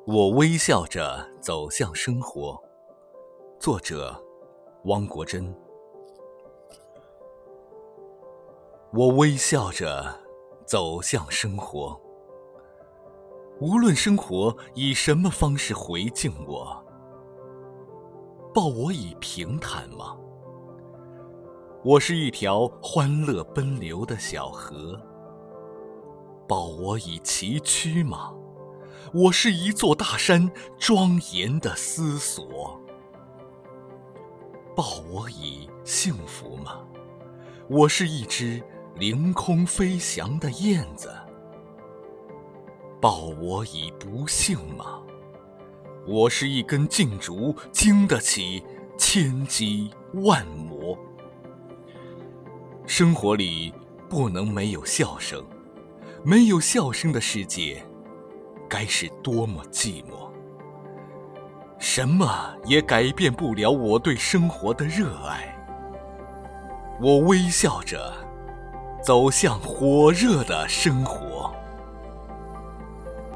我微笑着走向生活。作者：汪国真。我微笑着走向生活，无论生活以什么方式回敬我，抱我以平坦吗？我是一条欢乐奔流的小河，抱我以崎岖吗？我是一座大山庄严的思索，抱我以幸福吗？我是一只凌空飞翔的燕子，抱我以不幸吗？我是一根劲竹，经得起千击万磨。生活里不能没有笑声，没有笑声的世界该是多么寂寞。什么也改变不了我对生活的热爱。我微笑着走向火热的生活。